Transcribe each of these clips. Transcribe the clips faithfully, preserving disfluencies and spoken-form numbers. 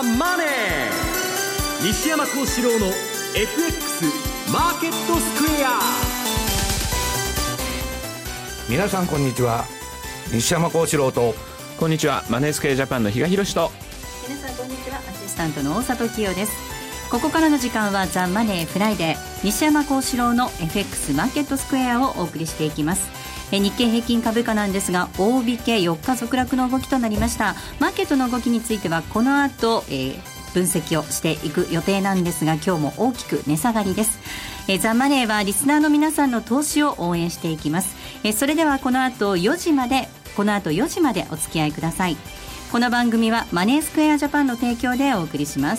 ザ・マネー、西山幸四郎の エフエックス マーケットスクエア。 皆さんこんにちは、西山幸四郎と、 こんにちは、マネースクエアジャパンの比嘉宏と。 皆さんこんにちは、アシスタントの大里清です。ここからの時間はザ・マネーフライデー、西山幸四郎の エフエックス マーケットスクエアをお送りしていきます。え日経平均株価なんですが、大引けよっか続落の動きとなりました。マーケットの動きについてはこの後、えー、分析をしていく予定なんですが、今日も大きく値下がりです。えー、ザ・マネーはリスナーの皆さんの投資を応援していきます。えー、それではこの後よじまでこの後よじまでお付き合いください。この番組はマネースクエアジャパンの提供でお送りします。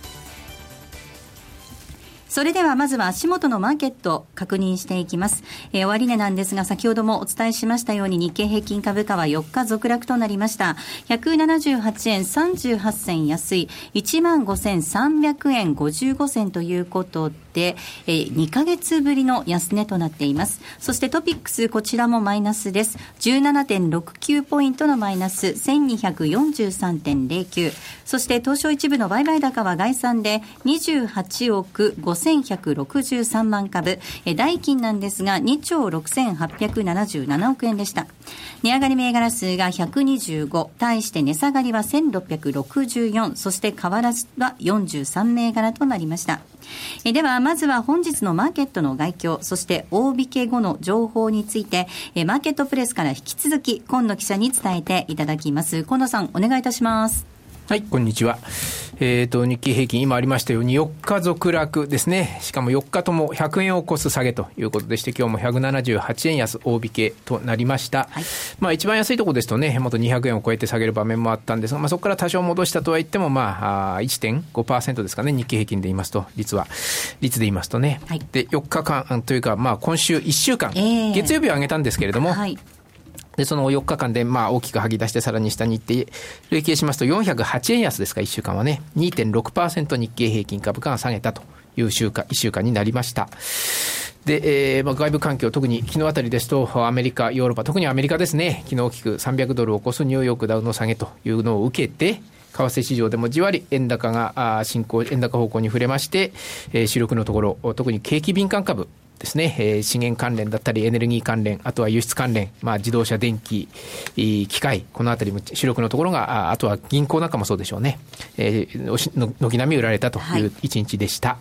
それではまずは足元のマーケット確認していきます。えー、終値なんですが、先ほどもお伝えしましたように日経平均株価はよっか続落となりました。ひゃくななじゅうはちえんさんじゅうはち銭安い いちまんごせんさんびゃくえんごじゅうご銭ということで、えー、にかげつぶりの安値となっています。そしてトピックス、こちらもマイナスです。 じゅうななてんろくきゅう ポイントのマイナス せんにひゃくよんじゅうさんてんぜろきゅう。 そして東証一部の売買高は概算でにじゅうはちおくごせんひゃくろくじゅうさんまん株、え代金なんですがにちょうろくせんはっぴゃくななじゅうななおくえんでした。値上がり銘柄数がひゃくにじゅうご、対して値下がりはせんろっぴゃくろくじゅうよん、そして変わらずはよんじゅうさん銘柄となりました。えではまずは本日のマーケットの概況、そして大引け後の情報についてえマーケットプレスから引き続き今野記者に伝えていただきます。今野さん、お願いいたします。 はい、こんにちは。えーと、日経平均、今ありましたようによっか続落ですね。しかもよっかともひゃくえんを超す下げということでして、今日もひゃくななじゅうはちえん安、大引けとなりました。はい、まあ一番安いところですとね、もっとにひゃくえんを超えて下げる場面もあったんですが、まあそこから多少戻したとは言っても、まあ いってんごパーセント ですかね、日経平均で言いますと、率は、率で言いますとね。はい、で、よっかかんというか、まあ今週いっしゅうかん、えー、月曜日は上げたんですけれども、はい、で、そのよっかかんで、まあ、大きく吐き出して、さらに下に行って、累計しますとよんひゃくはちえん安ですか、いっしゅうかんはね、にてんろくパーセント 日経平均株価が下げたという週間、いっしゅうかんになりました。で、えー、まあ、外部環境、特に昨日あたりですと、アメリカ、ヨーロッパ、特にアメリカですね、昨日大きくさんびゃくドルを超すニューヨークダウの下げというのを受けて、為替市場でもじわり円高が進行、円高方向に触れまして、えー、主力のところ、特に景気敏感株、ですね、えー、資源関連だったりエネルギー関連、あとは輸出関連、まあ自動車、電気、機械、このあたりも主力のところが、あ, あとは銀行なんかもそうでしょうね、えー、軒並み売られたという一日でした。はい、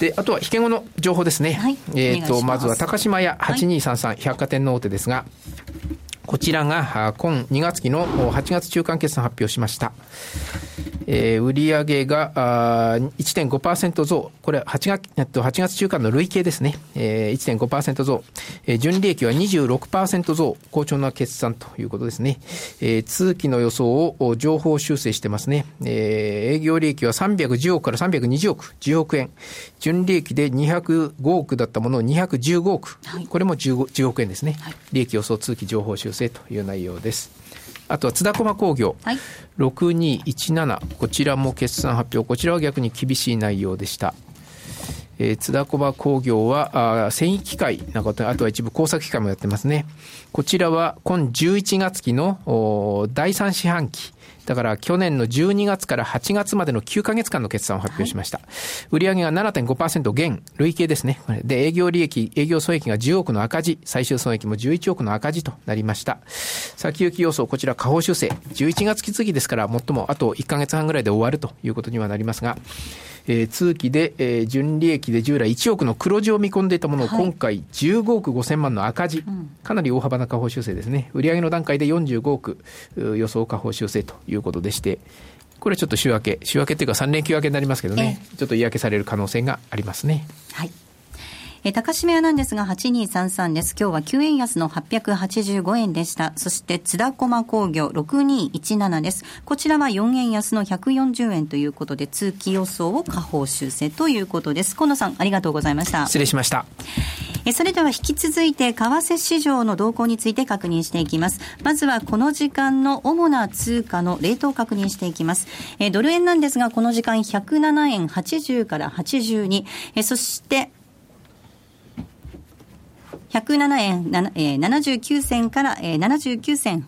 で、あとは引け後の情報ですね。はい、えーと、まずは高島屋はちにーさんさん、はい、百貨店の大手ですが、こちらが今にがつ期のはちがつ中間決算発表しました。えー、売上が いってんごパーセント 増、これ 8, 月はちがつ中間の累計ですね、えー、いってんごパーセント 増、えー、純利益は にじゅうろくパーセント 増、好調な決算ということですね。えー、通期の予想を上方修正してますね。えー、営業利益はさんびゃくじゅうおくからさんびゃくにじゅうおく、じゅうおくえん、純利益でにひゃくごおくだったものをにひゃくじゅうごおく、はい、これもじゅうおくえんですね。はい、利益予想通期上方修正という内容です。あとは津田駒工業、はい、ろくにいちなな、こちらも決算発表、こちらは逆に厳しい内容でした。えー、津田駒工業はあ繊維機械なんかと、あとは一部工作機械もやってますね。こちらは今じゅういちがつ期のだいさん四半期、だから去年のじゅうにがつからはちがつまでのきゅうかげつかんの決算を発表しました。はい、売上が ななてんごパーセント 減、累計ですね。で、営業利益、営業損益がじゅうおくの赤字、最終損益もじゅういちおくの赤字となりました。先行き予想、こちら下方修正、じゅういちがつ期次ですから、最もあといっかげつはんぐらいで終わるということにはなりますが、えー、通期で、えー、純利益で従来いちおくの黒字を見込んでいたものを今回じゅうごおくごせんまんの赤字、はい、かなり大幅な下方修正ですね。売上の段階でよんじゅうごおく予想下方修正ということでして、これちょっと週明け、週明けというかさん連休明けになりますけどね、ちょっと嫌気される可能性がありますね。 はい。え高島屋なんですがはちにーさんさんです。今日はきゅうえん安のはっぴゃくはちじゅうごえんでした。そして津田駒工業ろくにいちななです。こちらはよんえん安のひゃくよんじゅうえんということで、通期予想を下方修正ということです。今野さん、ありがとうございました。 失礼しました。 えそれでは引き続いて為替市場の動向について確認していきます。まずはこの時間の主な通貨のレートを確認していきます。えドル円なんですがこの時間ひゃくななえんはちじゅうからはちじゅうに、えそしてひゃくななえんななじゅうきゅう銭からななじゅうきゅう銭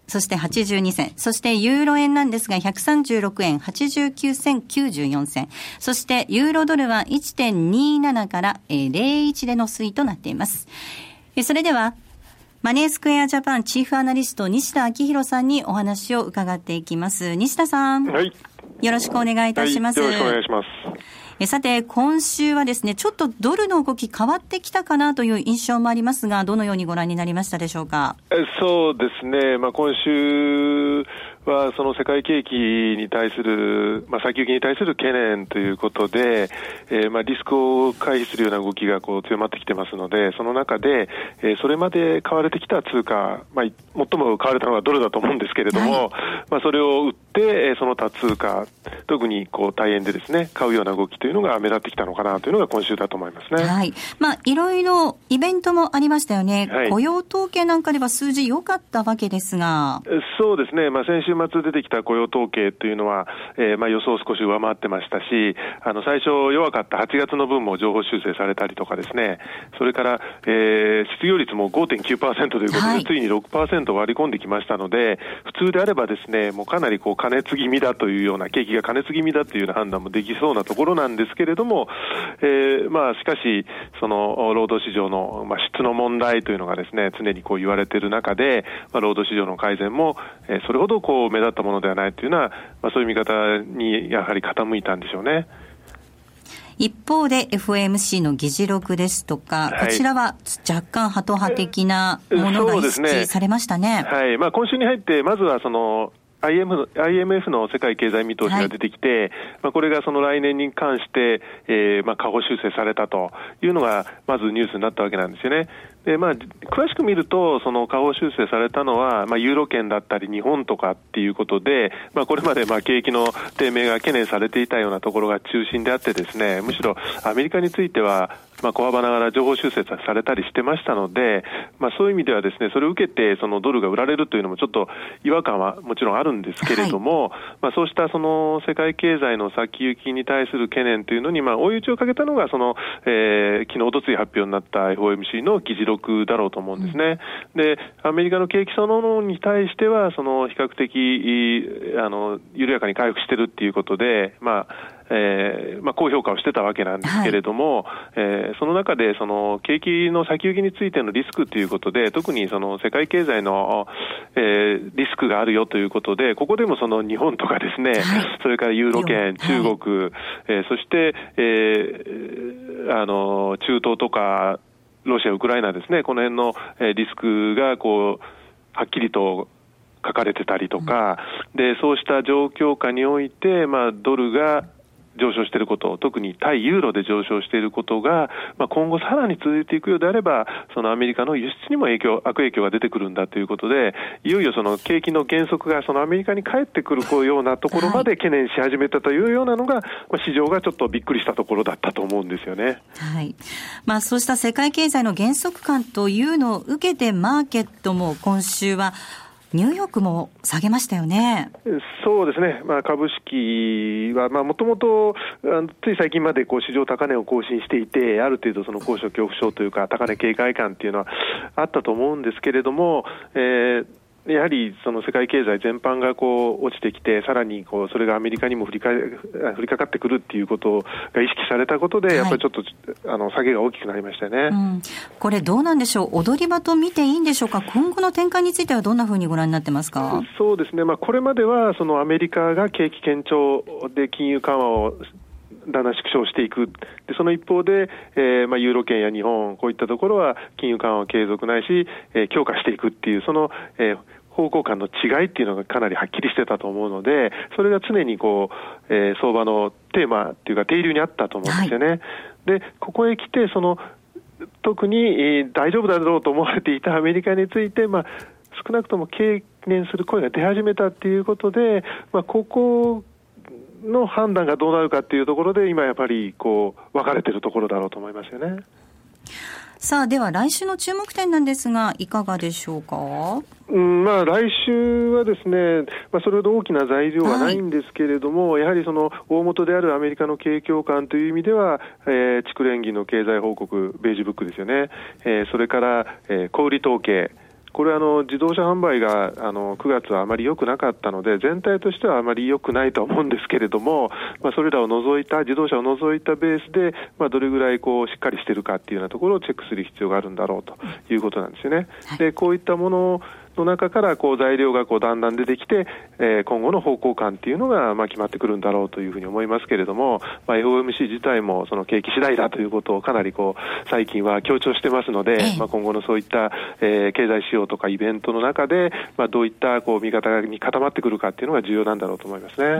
そしてはちじゅうにせん。そしてユーロ円なんですがひゃくさんじゅうろくえんはちじゅうきゅうせんきゅうじゅうよんせん。そしてユーロドルは いちてんにーなな からゼロテンいちでの推移となっています。それではマネースクエアジャパンチーフアナリスト西田明宏さんにお話を伺っていきます。西田さん、はい、よろしくお願いいたします。 はい、よろしくお願いします。 えさて今週はですねちょっとドルの動き変わってきたかなという印象もありますがどのようにご覧になりましたでしょうか。 えそうですね、まあ、今週はその世界景気に対する、まあ、先行きに対する懸念ということで、えー、まあリスクを回避するような動きがこう強まってきてますのでその中で、えー、それまで買われてきた通貨、まあ、最も買われたのはドルだと思うんですけれども、はい、まあ、それを売ってその他通貨特にこう大円でですね買うような動きというのが目立ってきたのかなというのが今週だと思いますね。 はい、まあ、いろいろイベントもありましたよね、はい、雇用統計なんかでは数字良かったわけですが。 そうですね、まあ、先週末出てきた雇用統計というのは、えー、まあ予想を少し上回ってましたしあの最初弱かったはちがつの分も情報修正されたりとかですねそれから、えー、失業率も ごてんきゅうパーセント ということで、はい、ついに ろくパーセント 割り込んできましたので普通であればですねもうかなりこう加熱気味だというような景気が加熱気味だというような判断もできそうなところなんですけれども、えー、まあしかしその労働市場の、まあ、質の問題というのがですね常にこう言われている中で、まあ、労働市場の改善も、えー、それほどこう目立ったものではないというのは、まあ、そういう見方にやはり傾いたんでしょうね。 一方で エフオーエムシー の議事録ですとか、はい、こちらは若干ハト派的なものが意識されましたね。 はい、まあ、今週に入ってまずはそのアイエムエフ の世界経済見通しが出てきて、はい、まあ、これがその来年に関して、えー、まあ下方修正されたというのがまずニュースになったわけなんですよね。で、まあ、詳しく見るとその下方修正されたのは、まあ、ユーロ圏だったり日本とかっていうことで、まあ、これまでまあ景気の低迷が懸念されていたようなところが中心であってですねむしろアメリカについてはまあ、小幅ながら情報修正されたりしてましたので、まあ、そういう意味ではですねそれを受けてそのドルが売られるというのもちょっと違和感はもちろんあるんですけれども、はい、まあ、そうしたその世界経済の先行きに対する懸念というのにまあ追い打ちをかけたのがその、えー、昨日おとつい発表になった エフオーエムシー の議事録だろうと思うんですね。うん、でアメリカの景気そのものに対してはその比較的あの緩やかに回復しているっていうことで、まあえーまあ、高評価をしてたわけなんですけれども、はい、えー、その中でその景気の先行きについてのリスクということで特にその世界経済の、えー、リスクがあるよということでここでもその日本とかですね、はい、それからユーロ圏、中国、はい、えー、そして、えー、あの中東とかロシア、ウクライナですねこの辺の、えー、リスクがこうはっきりと書かれてたりとか、うん、でそうした状況下において、まあ、ドルが上昇していること、特に対ユーロで上昇していることが、まあ、今後さらに続いていくようであればそのアメリカの輸出にも影響悪影響が出てくるんだということでいよいよその景気の減速がそのアメリカに返ってくるようなところまで懸念し始めたというようなのが、はい、まあ、市場がちょっとびっくりしたところだったと思うんですよね。 はい、まあ、そうした世界経済の減速感というのを受けてマーケットも今週はニューヨークも下げましたよね。 そうですね、まあ、株式はもともとつい最近までこう市場高値を更新していてある程度その高所恐怖症というか高値警戒感というのはあったと思うんですけれども、えーやはりその世界経済全般がこう落ちてきてさらにこうそれがアメリカにも降りか、降りかかってくるっていうことが意識されたことで、はい、やっぱりちょっとあの下げが大きくなりましたよね。うん、 これどうなんでしょう、踊り場と見ていいんでしょうか。今後の展開についてはどんなふうにご覧になってますか。 そうですね、まあ、これまではそのアメリカが景気堅調で金融緩和をだんだん縮小していく。でその一方で、えーまあ、ユーロ圏や日本こういったところは金融緩和を継続ないし、えー、強化していくっていうその、えー方向感の違いっていうのがかなりはっきりしてたと思うのでそれが常にこう、えー、相場のテーマっていうか定流にあったと思うんですよね。はい、でここへ来てその特に、えー、大丈夫だろうと思われていたアメリカについて、まあ、少なくとも懸念する声が出始めたっていうことで、まあ、ここの判断がどうなるかっていうところで今やっぱりこう分かれてるところだろうと思いますよね。 さあでは来週の注目点なんですがいかがでしょうか。 うん、まあ、来週はですね、まあ、それほど大きな材料はないんですけれども、はい、やはりその大元であるアメリカの景況感という意味では、えー、地区連銀の経済報告ベージュブックですよね、えー、それから、えー、小売統計これはあの自動車販売があのくがつはあまり良くなかったので、全体としてはあまり良くないと思うんですけれども、まあ、それらを除いた、自動車を除いたベースで、まあ、どれぐらいこうしっかりしているかっていうようなところをチェックする必要があるんだろうということなんですよね。で、こういったものの中からこう材料がこうだんだん出てきて、えー、今後の方向感っていうのがまあ決まってくるんだろうというふうに思いますけれども、まあ、エフオーエムシー 自体もその景気次第だということをかなりこう最近は強調してますので、まあ、今後のそういった、えー、経済指標とかイベントの中で、まあ、どういったこう見方に固まってくるかっていうのが重要なんだろうと思いますね。 うん、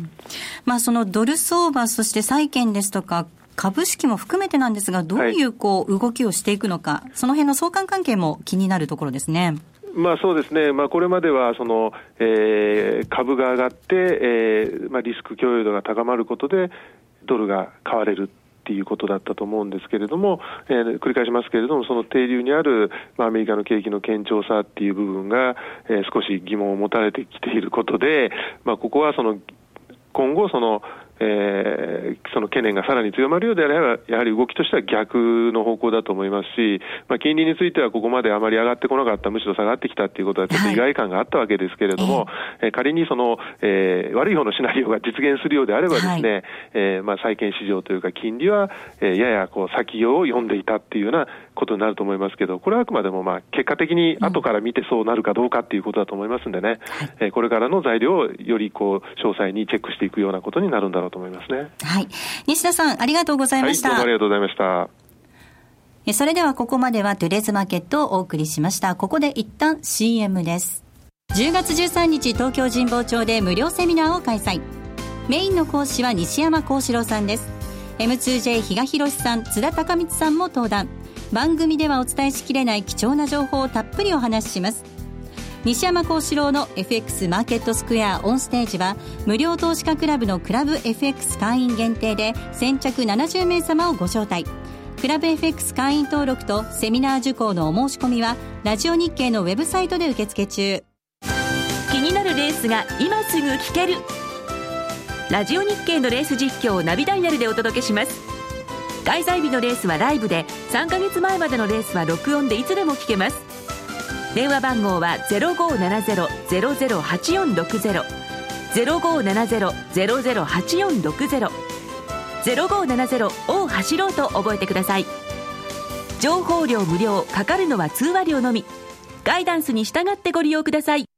まあ、そのドル相場、そして債券ですとか株式も含めてなんですが、どういうこう動きをしていくのか、はい、その辺の相関関係も気になるところですね。 まあ、そうですね、まあ、これまではその、えー、株が上がって、えーまあ、リスク許容度が高まることでドルが買われるっていうことだったと思うんですけれども、えー、繰り返しますけれども、その底流にある、まあ、アメリカの景気の堅調さっていう部分が、えー、少し疑問を持たれてきていることで、まあ、ここはその今後そのえー、その懸念がさらに強まるようであれば、やはり動きとしては逆の方向だと思いますし、まあ、金利についてはここまであまり上がってこなかった、むしろ下がってきたということはちょっと意外感があったわけですけれども、はい、えー、仮にその、えー、悪い方のシナリオが実現するようであればですね、はい、えー、まあ、債券市場というか金利は、えー、ややこう先を読んでいたっていうようなことになると思いますけど、これはあくまでもまあ結果的に後から見てそうなるかどうかっていうことだと思いますんでね、うん、えー、これからの材料をよりこう詳細にチェックしていくようなことになるんだろうと思いますね。 はい、西田さんありがとうございました。 はい、どうもありがとうございました。 えそれではここまではトゥデイズマーケットをお送りしました。ここで一旦 シーエム です。じゅうがつじゅうさんにち東京神保町で無料セミナーを開催。メインの講師は西山幸四郎さんです。 エムツージェー 比嘉宏さん、津田孝光さんも登壇。番組ではお伝えしきれない貴重な情報をたっぷりお話しします。西山幸四郎の エフエックス マーケットスクエアオンステージは無料投資家クラブのクラブ エフエックス 会員限定で先着ななじゅうめいさまをご招待。クラブ エフエックス 会員登録とセミナー受講のお申し込みはラジオ日経のウェブサイトで受付中。 気になるレースが今すぐ聞ける。ラジオ日経のレース実況をナビダイヤルでお届けします。開催日のレースはライブで、さんかげつまえまでのレースは録音でいつでも聞けます。電話番号は ゼロごーななゼロ ゼロゼロはちよんろくゼロ ゼロごーななゼロ ゼロゼロはちよんろくゼロ ゼロごーななゼロを走ろうと覚えてください。情報料無料、かかるのは通話料のみ。ガイダンスに従ってご利用ください。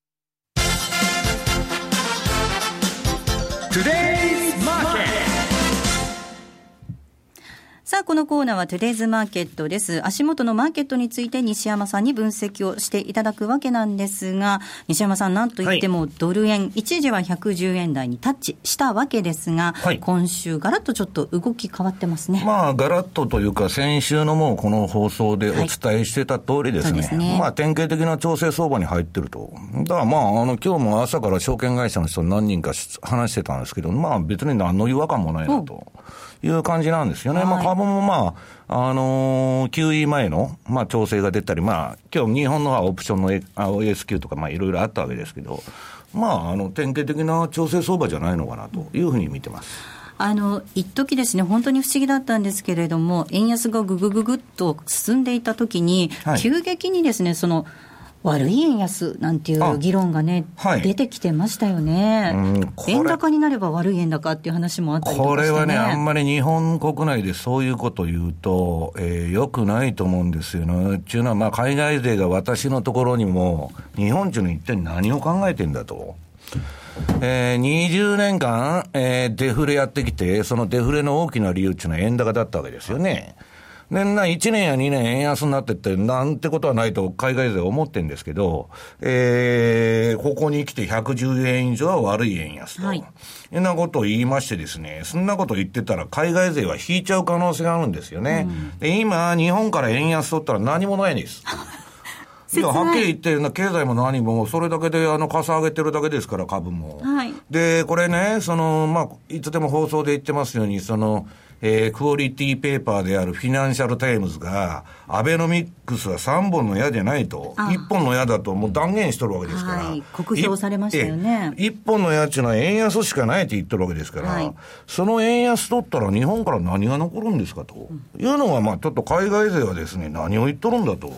さあ、このコーナーはトゥデイズマーケットです。足元のマーケットについて西山さんに分析をしていただくわけなんですが、西山さん、なんといってもドル円、はい、一時はひゃくじゅうえん台にタッチしたわけですが、はい、今週ガラッとちょっと動き変わってますね。 まあガラッとというか、先週のもうこの放送でお伝えしてた通りですね、はい、そうですね、まあ典型的な調整相場に入ってると。だからまあ、あの今日も朝から証券会社の人何人か話してたんですけど、まあ別に何の違和感もないなという感じなんですよね。はい、まあ株もまあ、あのー、キューイー 前の、まあ、調整が出たり、まあ、今日日本のはオプションの エーエスキュー とか、まあ、いろいろあったわけですけど、まあ、あの、典型的な調整相場じゃないのかなというふうに見てます。 あの、一時ですね、本当に不思議だったんですけれども、円安がぐぐぐぐっと進んでいたときに、はい、急激にですね、その、悪い円安なんていう議論がね、はい、出てきてましたよね、うん、円高になれば悪い円高っていう話もあったりとかして、ね、 これはね、あんまり日本国内でそういうことを言うと、えー、よくないと思うんですよね。っていうのは、まあ、海外勢が私のところにも、日本中に一体何を考えてんだと。えー、にじゅうねんかん、えー、デフレやってきて、そのデフレの大きな理由っていうのは円高だったわけですよね。で、な、いちねんやにねん円安になってって、なんてことはないと海外勢は思ってるんですけど、えー、ここに来てひゃくじゅうえん以上は悪い円安と。はい。そんなことを言いましてですね、そんなこと言ってたら海外勢は引いちゃう可能性があるんですよね。うん、で、今、日本から円安取ったら何もないんです。いや、はっきり言って、経済も何も、それだけで、あの、かさ上げてるだけですから、株も。はい。で、これね、その、まあ、いつでも放送で言ってますように、その、えー、クオリティペーパーであるフィナンシャルタイムズが、アベノミックスはさんぼんの矢じゃないと、いっぽんの矢だともう断言しとるわけですから。はい、 酷評されましたよね。 いっぽんの矢っていうのは円安しかないって言ってるわけですから、はい、その円安取ったら日本から何が残るんですかと、うん、いうのが、まあちょっと海外勢はですね、何を言っとるんだと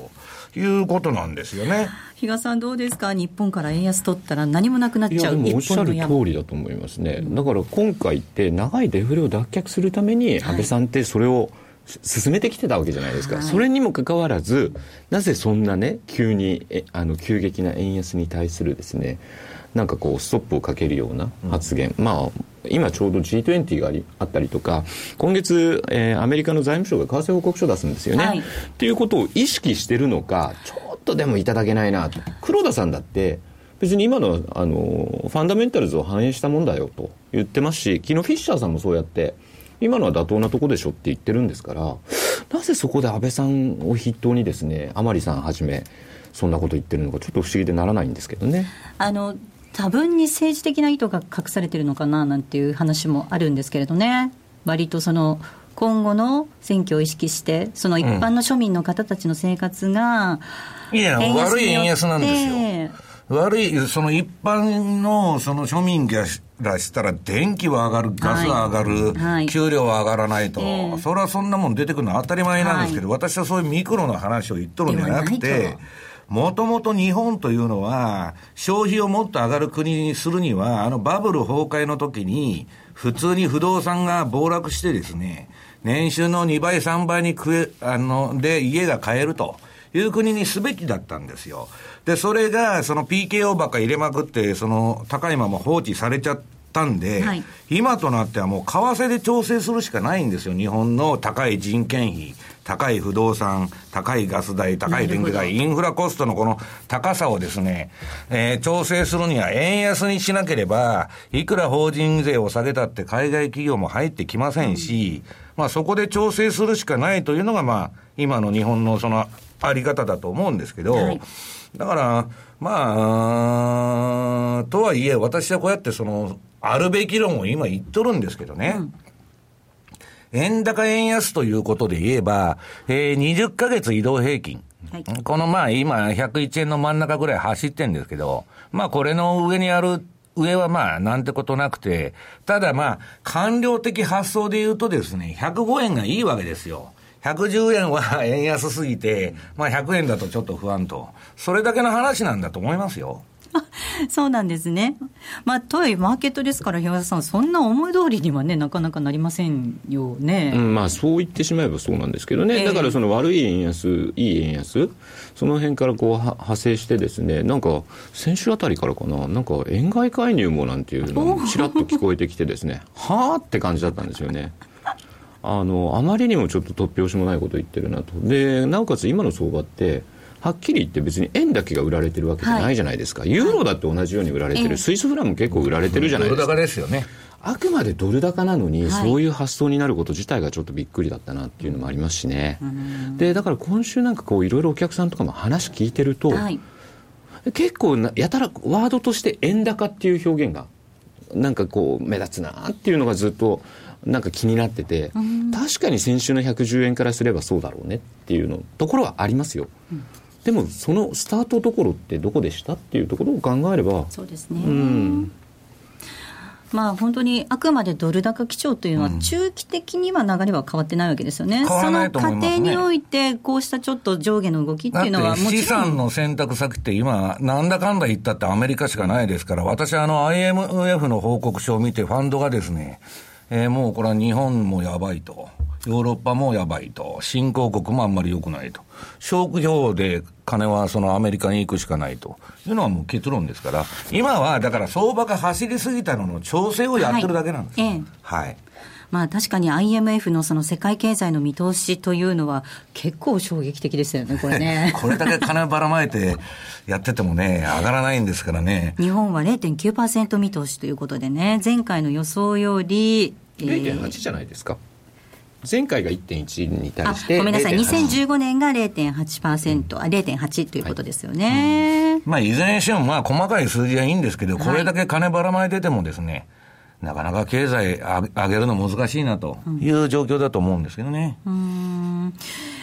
いうことなんですよね。 比嘉さんどうですか、日本から円安取ったら何もなくなっちゃう。 いやでもおっしゃる通りだと思いますね、だから今回って長いデフレを脱却するために安倍さんってそれを進めてきてたわけじゃないですか、はい、それにもかかわらずなぜそんなね急にえあの急激な円安に対するですねなんかこうストップをかけるような発言、うん、まあ今ちょうど ジートゥエンティー がありあったりとか今月、えー、アメリカの財務省が為替報告書を出すんですよね、はい、っていうことを意識してるのかちょっとでもいただけないなと。黒田さんだって別に今の、あのファンダメンタルズを反映したもんだよと言ってますし、昨日フィッシャーさんもそうやって今のは妥当なとこでしょって言ってるんですから、なぜそこで安倍さんを筆頭にですね甘利さんはじめそんなこと言ってるのかちょっと不思議でならないんですけどね。 あの多分に政治的な意図が隠されてるのかななんていう話もあるんですけれどね。割とその今後の選挙を意識してその一般の庶民の方たちの生活が、 うん、いや悪い円安なんですよ。悪いその一般のその庶民らしたら電気は上がる、ガスは上がる、はい、給料は上がらないと、えー、それはそんなもん出てくるのは当たり前なんですけど、はい、私はそういうミクロな話を言っとるんじゃなくて、もともと日本というのは消費をもっと上がる国にするにはあのバブル崩壊の時に普通に不動産が暴落してですね年収のにばいさんばいに食えあので家が買えるという国にすべきだったんですよ。でそれがその ピーケーオー ばっかり入れまくってその高いまま放置されちゃったんで、はい、今となってはもう為替で調整するしかないんですよ。日本の高い人件費、高い不動産、高いガス代、高い電気代、インフラコストのこの高さをですね、えー、調整するには円安にしなければいくら法人税を下げたって海外企業も入ってきませんし、うん、まあそこで調整するしかないというのがまあ今の日本のそのあり方だと思うんですけど、はい、だからまあとはいえ私はこうやってそのあるべき論を今言っとるんですけどね、うん、円高円安ということで言えば、えー、にじゅっかげつ移動平均、はい、このまあ今ひゃくいちえんの真ん中ぐらい走ってんですけど、まあこれの上にある上はまあなんてことなくて、ただまあ官僚的発想で言うとですねひゃくごえんがいいわけですよ。ひゃくじゅうえんは円安すぎて、まあひゃくえんだとちょっと不安と。それだけの話なんだと思いますよ。 そうなんですね。まあとはいえマーケットですから日嘉さんそんな思い通りにはねなかなかなりませんよね。 うん、まあそう言ってしまえばそうなんですけどね、えー、だからその悪い円安いい円安その辺からこう派生してですね、なんか先週あたりからかな、なんか円買い介入もなんていうのもちらっと聞こえてきてですねはーって感じだったんですよね。あのあまりにもちょっと突拍子もないこと言ってるなと。でなおかつ今の相場ってはっきり言って別に円だけが売られてるわけじゃないじゃないですか、はい、ユーロだって同じように売られてる、はい、スイスフランも結構売られてるじゃないですか、 ドル高ですよね。 あくまでドル高なのに、はい、そういう発想になること自体がちょっとびっくりだったなっていうのもありますしね。でだから今週なんかこういろいろお客さんとかも話聞いてると、はい、結構なやたらワードとして円高っていう表現がなんかこう目立つなっていうのがずっとなんか気になってて、確かに先週のひゃくじゅうえんからすればそうだろうねっていうのところはありますよ、うん、でもそのスタートどころってどこでしたっていうところを考えればそうですね、うん、まあ本当にあくまでドル高基調というのは中期的には流れは変わってないわけですよね、うん、変わらないと思いますね。その過程においてこうしたちょっと上下の動きっていうのはもちろん資産の選択先って今なんだかんだ言ったってアメリカしかないですから、私はあの アイエムエフ の報告書を見てファンドがですねえー、もうこれは日本もやばいと、ヨーロッパもやばいと、新興国もあんまり良くないと、消去法で金はそのアメリカに行くしかないというのはもう結論ですから、今はだから相場が走りすぎたのの調整をやってるだけなんです、はい、ええはいまあ、確かに アイエムエフ のその世界経済の見通しというのは結構衝撃的ですよね、これねこれだけ金ばらまいてやっててもね上がらないんですからね。 日本は れいてんきゅうパーセント 見通しということでね、前回の予想より、 えー、れいてんはち じゃないですか。前回が いってんいち に対してごめんなさいにせんじゅうごねんが れいてんはちパーセント、うん、あ れいてんはち ということですよね、はいうん、 まあいずれにしてもまあ細かい数字はいいんですけど、これだけ金ばらまいててもですね、はいなかなか経済上げるの難しいなという状況だと思うんですけどね。 うーん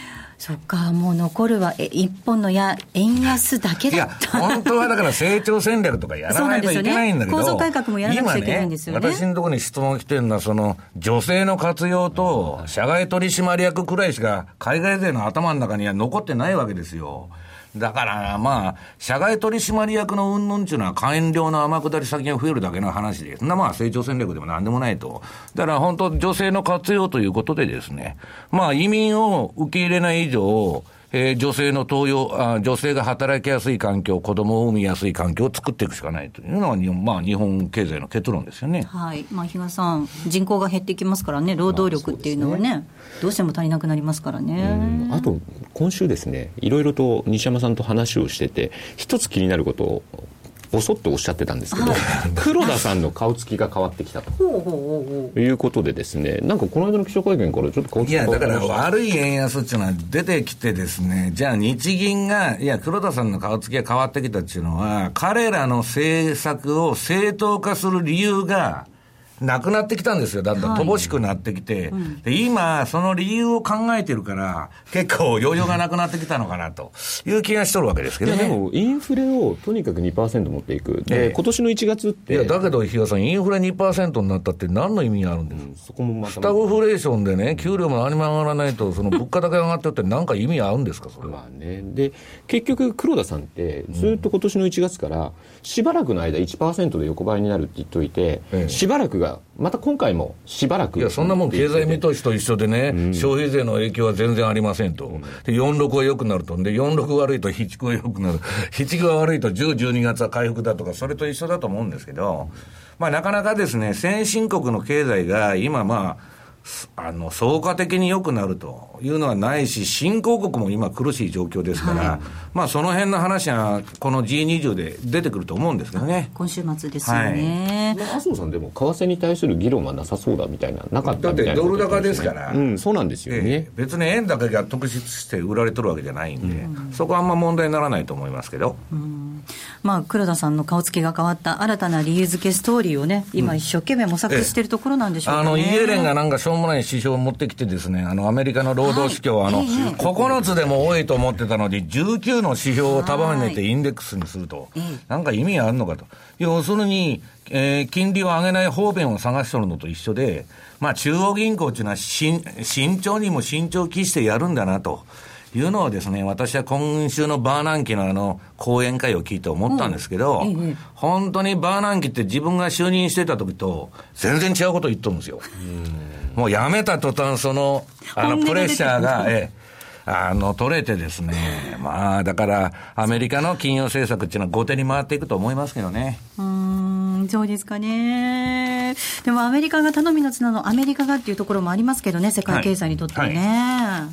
そっか、もう残るはえ一本のや円安だけだった。 いや本当はだから成長戦略とかやらないといけないんだけど、 ね、構造改革もやらなくちゃいけないんですよね。 今ね、私のところに質問来てるのはその女性の活用と社外取締役くらいしか海外勢の頭の中には残ってないわけですよ。だからまあ社外取締役の云々っていうのは官僚の天下り先が増えるだけの話で、そんなまあ成長戦略でもなんでもないと。だから本当女性の活用ということでですね、まあ移民を受け入れない以上、えー、女性の登用あ、女性が働きやすい環境、子供を産みやすい環境を作っていくしかないというのが日本、まあ、日本経済の結論ですよね。 はい。まあ、比嘉さん、人口が減っていきますからね、労働力っていうのはね、まあ、ねどうしても足りなくなりますからね。 あと、今週ですね、いろいろと西山さんと話をしてて、一つ気になることを、ぼそっとおっしゃってたんですけど、はい、黒田さんの顔つきが変わってきたということでですね、なんかこの間の記者会見からちょっと顔つきが変わってきました。いやだから悪い円安っていうのは出てきてですね、じゃあ日銀がいや黒田さんの顔つきが変わってきたっていうのは彼らの政策を正当化する理由がなくなってきたんですよ。だんだん乏しくなってきて、はい、うん、で今その理由を考えてるから結構余裕がなくなってきたのかなという気がしとるわけですけどね。でもインフレをとにかく にパーセント 持っていくで、ええ、今年のいちがつっていやだけど比嘉さんインフレ にパーセント になったって何の意味があるんですか、うん、そこもまたスタグフレーションでね給料も何も上がらないとその物価だけ上がってって何か意味あるんですかそれは。 まあね、で結局黒田さんってずっと今年のいちがつからしばらくの間 いちパーセント で横ばいになるって言っといて、ええ、しばらくがまた今回もしばらく。 いや、そんなもん経済見通しと一緒でね、うん、消費税の影響は全然ありませんと。で、よんじゅうろくは良くなると。で、よんじゅうろく悪いとななじゅうは良くなる。ななじゅうが悪いとじゅう、じゅうにがつは回復だとか、それと一緒だと思うんですけど、まあなかなかですね、先進国の経済が今まあ、あの総合的に良くなるというのはないし、新興国も今苦しい状況ですから、はい、まあその辺の話はこの ジーにじゅう で出てくると思うんですけどね。 今週末ですよね。 はい、まあ、麻生さんでも為替に対する議論はなさそうだみたいな、なかったみたいな、 だってドル高ですから、 うん、そうなんですよね。 ええ、別に円だけが特筆して売られてるわけじゃないんで、うん、そこはあんま問題にならないと思いますけど。 うん、まあ黒田さんの顔つきが変わった新たな理由付けストーリーをね、今一生懸命模索しているところなんでしょうかね。 あのイエレンがなんかしょうもない指標を持ってきてですね、あのアメリカの労働指標、はい、あの、ええ、ここのつでも多いと思ってたのにじゅうきゅうの指標を束ねてインデックスにすると、はい、なんか意味あるのかと。要するに、えー、金利を上げない方便を探しとるのと一緒で、まあ中央銀行っていうのは慎重にも慎重を期してやるんだなというのをですね、私は今週のバーナンキのあの講演会を聞いて思ったんですけど、うんええ、本当にバーナンキって自分が就任してた時と全然違うことを言っとるんですよ。うん、もう辞めた途端そのあのプレッシャーが、ええ、あの取れてですね、まあだからアメリカの金融政策っていうのは後手に回っていくと思いますけどね。 うーん、そうですかね。でもアメリカが頼みの綱のアメリカがっていうところもありますけどね、世界経済にとってはね。はいはい、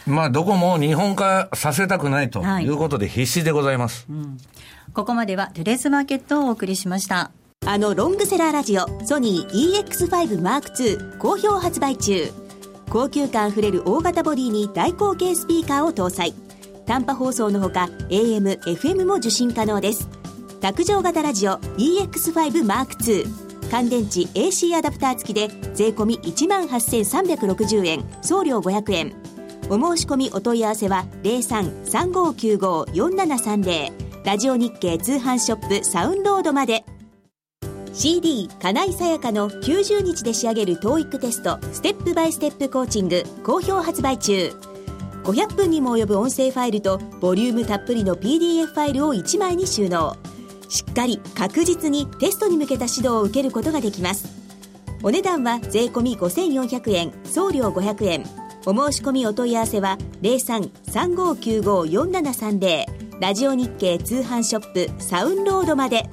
まあ、どこも日本化させたくないということで必死でございます。 はい、うん、ここまではトゥデイズマーケットをお送りしました。 あのロングセラーラジオソニー イーエックスファイブマークツー 好評発売中。高級感あふれる大型ボディに大口径スピーカーを搭載。短波放送のほか エーエム、エフエム も受信可能です。卓上型ラジオ イーエックスファイブマークツー 乾電池 エーシー アダプター付きで税込み いちまんはっせんさんびゃくろくじゅうえん、送料ごひゃくえん。お申し込みお問い合わせは ゼロさん さんごきゅうご よんななさんゼロ ラジオ日経通販ショップサウンロードまで。 シーディー 金井さやかのきゅうじゅうにちで仕上げる トーイック テストステップバイステップコーチング好評発売中。ごひゃっぷんにも及ぶ音声ファイルとボリュームたっぷりの ピーディーエフ ファイルをいちまいに収納。しっかり確実にテストに向けた指導を受けることができます。お値段は税込みごせんよんひゃくえん、送料ごひゃくえん。お申し込みお問い合わせは ゼロさん さんごきゅうご よんななさんゼロ ラジオ日経通販ショップサウンロードまで。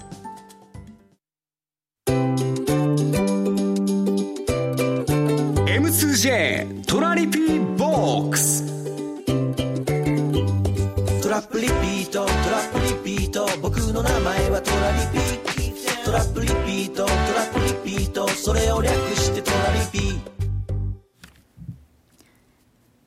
エムツージェー トラリピーボックス。 トラップリピートトラップリピート、僕の名前はトラリピ。トラップリピートトラップリピート、それを略してトラリピ。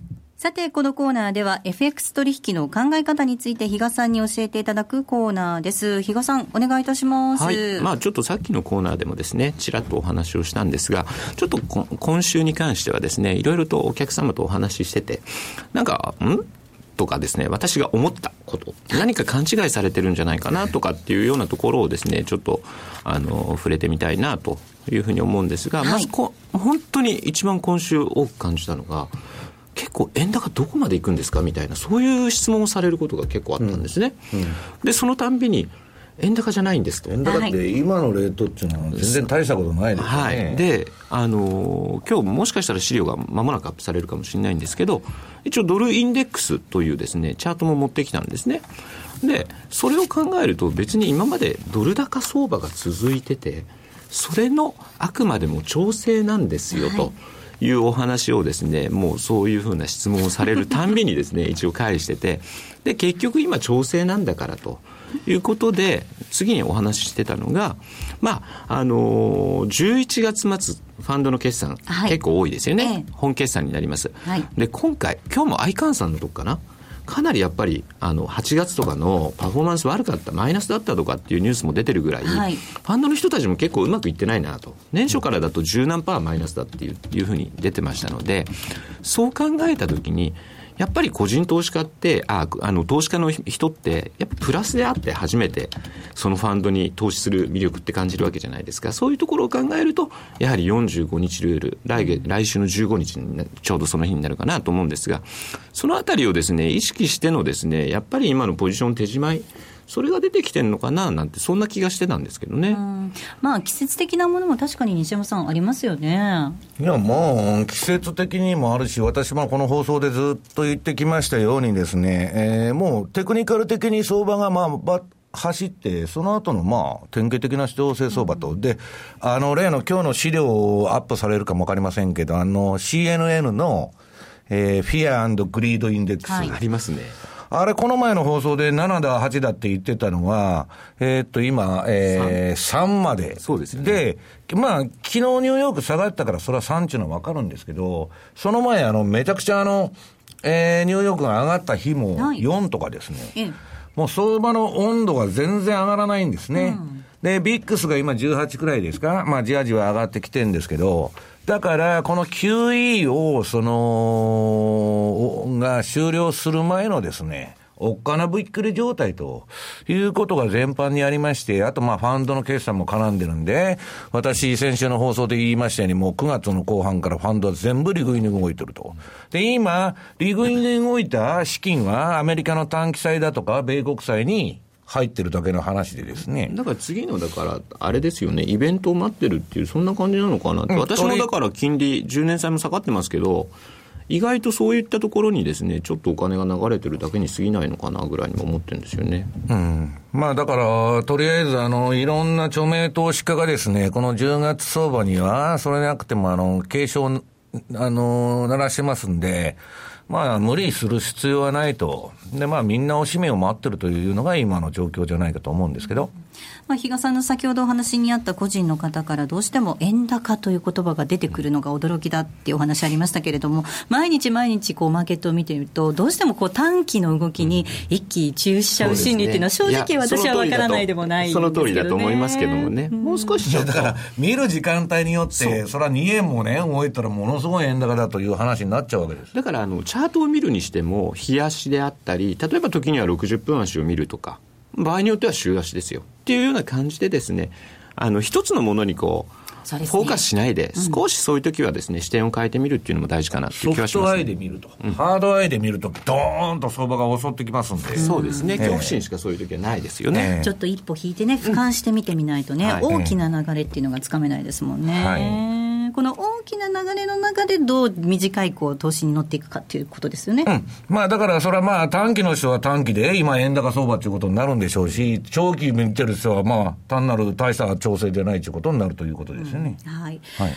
さて、このコーナーでは エフエックス 取引の考え方について比嘉さんに教えていただくコーナーです。比嘉さん、お願いいたします。 はい。まあ、ちょっとさっきのコーナーでもですね、ちらっとお話をしたんですが、ちょっと今週に関してはですね、いろいろとお客様とお話ししてて、なんか、んとかですね、私が思ったこと、何か勘違いされてるんじゃないかなとかっていうようなところをですね、ちょっと、あの、触れてみたいなというふうに思うんですが、はい、まずこ、本当に一番今週多く感じたのが、結構円高どこまで行くんですかみたいな、そういう質問をされることが結構あったんですね、うんうん、でそのたんびに円高じゃないんですと。 円高って今のレートっていうのは全然大したことないですよね、 はい、で、あのー、今日もしかしたら資料が間もなくアップされるかもしれないんですけど、一応ドルインデックスというですねチャートも持ってきたんですね。でそれを考えると別に今までドル高相場が続いてて、それのあくまでも調整なんですよと、はいいうお話をですね、もうそういうふうな質問をされるたんびにですね一応返してて、で結局今調整なんだからということで次にお話ししてたのが、まああのー、じゅういちがつ末ファンドの決算、はい、結構多いですよね、ええ、本決算になります、はい、で今回今日も相関さんのとこかな、かなりやっぱりあのはちがつとかのパフォーマンス悪かった、マイナスだったとかっていうニュースも出てるぐらい、はい、ファンドの人たちも結構うまくいってないなと、年初からだとじゅうなんパーマイナスだっていう、いうふうに出てましたので、そう考えたときにやっぱり個人投資家ってああの投資家の人ってやっぱプラスであって初めてそのファンドに投資する魅力って感じるわけじゃないですか。そういうところを考えるとやはりよんじゅうごにちルール、来月来週のじゅうごにちにちょうどその日になるかなと思うんですが、そのあたりをですね意識してのですねやっぱり今のポジション手締まい、それが出てきてるのかななんてそんな気がしてたんですけどね。うん、 まあ季節的なものも確かに西山さんありますよね。 いやもう季節的にもあるし、私もこの放送でずっと言ってきましたようにですね、えー、もうテクニカル的に相場がまあば走って、その後のまあ典型的な調整相場と、うん、であの例の今日の資料をアップされるかも分かりませんけど、あの シーエヌエヌ の、えー、フィア&グリードインデックス、はい、 ありますね。 あれ、この前の放送でななだはちだって言ってたのが、えー、っと、今、えー、さんまで。 そうですよね。 で、まあ、昨日ニューヨーク下がったから、それはさんっていうのは分かるんですけど、その前、あの、めちゃくちゃあの、えー、ニューヨークが上がった日もよんとかですね。はい、もう相場の温度が全然上がらないんですね。うん、で、ビックスが今じゅうはちくらいですか、まあ、じわじわ上がってきてるんですけど、だから、この キューイー を、その、が終了する前のですね、おっかなぶっくり状態ということが全般にありまして、あとまあファンドの決算も絡んでるんで、私先週の放送で言いましたように、もうくがつの後半からファンドは全部利食いに動いてると。で、今、利食いに動いた資金はアメリカの短期債だとか米国債に入ってるだけの話でですね。 だから次のだからあれですよね、イベントを待ってるっていうそんな感じなのかなって、うん、私もだから金利じゅうねん債も下がってますけど、意外とそういったところにですねちょっとお金が流れてるだけに過ぎないのかなぐらいにも思ってるんですよね。 うん、まあだからとりあえずあのいろんな著名投資家がですねこのじゅうがつ相場にはそれなくてもあの警鐘あの鳴らしてますんで、まあ無理する必要はないと。でまあみんなおしめを待ってるというのが今の状況じゃないかと思うんですけど。 まあ、比嘉さんの先ほどお話にあった個人の方からどうしても円高という言葉が出てくるのが驚きだっていうお話ありましたけれども、毎日毎日こうマーケットを見ているとどうしてもこう短期の動きに一喜一憂しちゃう心理っていうのは正直私は分からないでもないんですけどね。 その通りだと思いますけどもね、うん、もう少しちょっとだから見る時間帯によってそれはにえんもね動いたらものすごい円高だという話になっちゃうわけです。 だからあのチャートを見るにしても日足であったり、例えば時にはろくじゅっぷん足を見るとか、場合によっては週足ですよっていうような感じでですね、あの一つのものにこうフォーカスしないで、少しそういう時はですね視点を変えてみるっていうのも大事かなっていう気がします、ね、 ソフトアイで見ると、うん、ハードアイで見るとドーンと相場が襲ってきますんで、 そうですね、恐怖心しかそういう時はないですよね、 えー、ちょっと一歩引いてね俯瞰して見てみないとね、うん、大きな流れっていうのがつかめないですもんね、はい、この大きな流れの中でどう短いこう投資に乗っていくかっていうことですよね、 うん、まあだからそれはまあ短期の人は短期で今円高相場ということになるんでしょうし、長期見てる人はまあ単なる大した調整でないということになるということですよね、 うん、はい、 はい、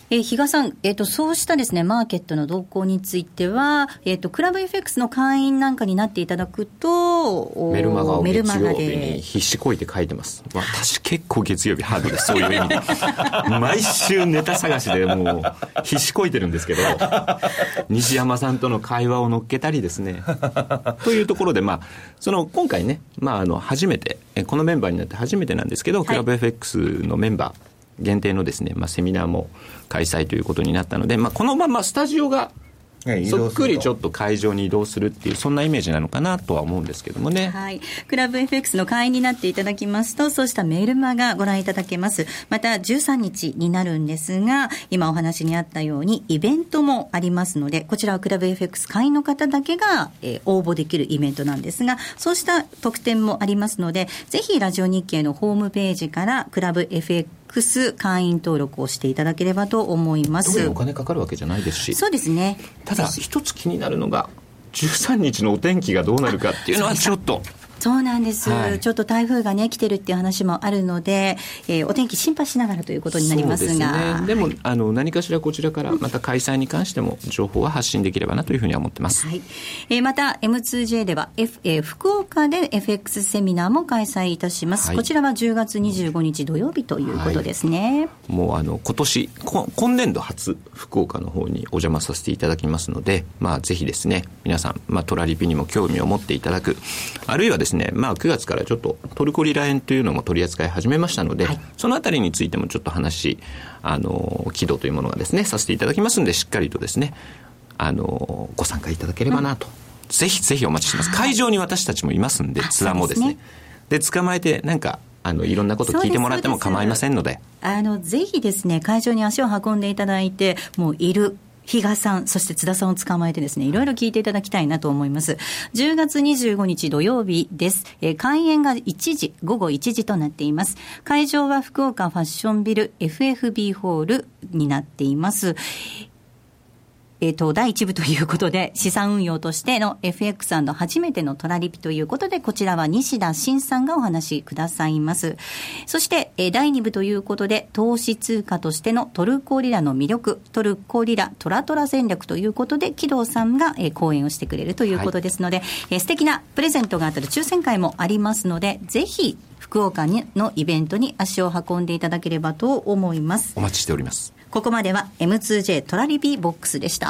えー、比嘉さん、えーと、そうしたですね、マーケットの動向については、えーと、クラブ エフエックス の会員なんかになっていただくと、 メルマガを月曜日でに必死こいて書いてます。私結構月曜日ハードです、そういう意味で。毎週ネタ探しでもう必死こいてるんですけど、西山さんとの会話を乗っけたりですね。というところで、まあ、その今回ね、まあ、あの初めて、このメンバーになって初めてなんですけど、はい、クラブ エフエックス のメンバー、限定のですね、まあ、セミナーも開催ということになったので、まあ、このままスタジオがそっくりちょっと会場に移動するっていうそんなイメージなのかなとは思うんですけどもね、 はい、クラブ エフエックス の会員になっていただきますと、そうしたメールマガご覧いただけます。またじゅうさんにちになるんですが、今お話にあったようにイベントもありますので、こちらはクラブ エフエックス 会員の方だけが、えー、応募できるイベントなんですが、そうした特典もありますので、ぜひラジオ日経のホームページからクラブ エフエックス 会員登録をしていただければと思います。 特にお金かかるわけじゃないですし、 そうですね。 ただ一つ気になるのがじゅうさんにちのお天気がどうなるかっていうのはちょっとそうなんです、はい、ちょっと台風がね来てるっていう話もあるので、えー、お天気心配しながらということになりますが、そうですね、 でもあの何かしらこちらからまた開催に関しても情報は発信できればなというふうには思ってます、 はい。えー、また エムツージェー では、F えー、福岡で エフエックス セミナーも開催いたします、はい、こちらはじゅうがつにじゅうごにち土曜日ということですね、 はい、もうあの今年今年度初福岡の方にお邪魔させていただきますので、まあ、ぜひですね皆さん、まあ、トラリピにも興味を持っていただく、あるいはですね、まあ、くがつからちょっとトルコリラ円というのも取り扱い始めましたので、はい、そのあたりについてもちょっと話あの軌道というものがですねさせていただきますので、しっかりとですねあのご参加いただければなと、うん、ぜひぜひお待ちしてます。会場に私たちもいますんで、ツアーもですね、で捕まえてなんかあのいろんなこと聞いてもらっても構いませんので、 あのぜひですね会場に足を運んでいただいて、もういる比嘉さん、そして津田さんを捕まえてですね、いろいろ聞いていただきたいなと思います。じゅうがつにじゅうごにち土曜日です。えー、開演がいちじ、午後いちじとなっています。会場は福岡ファッションビル エフエフビー ホールになっています。えっと、だいいち部ということで、資産運用としての エフエックス& 初めてのトラリピということで、こちらは西田慎さんがお話しくださいます。そして、えだいに部ということで、投資通貨としてのトルコリラの魅力、トルコリラトラトラ戦略ということで、木戸さんが、え講演をしてくれるということですので、はい、え素敵なプレゼントが当たる抽選会もありますので、ぜひ、福岡にのイベントに足を運んでいただければと思います。 お待ちしております。 ここまでは エムツージェー トラリピボックスでした。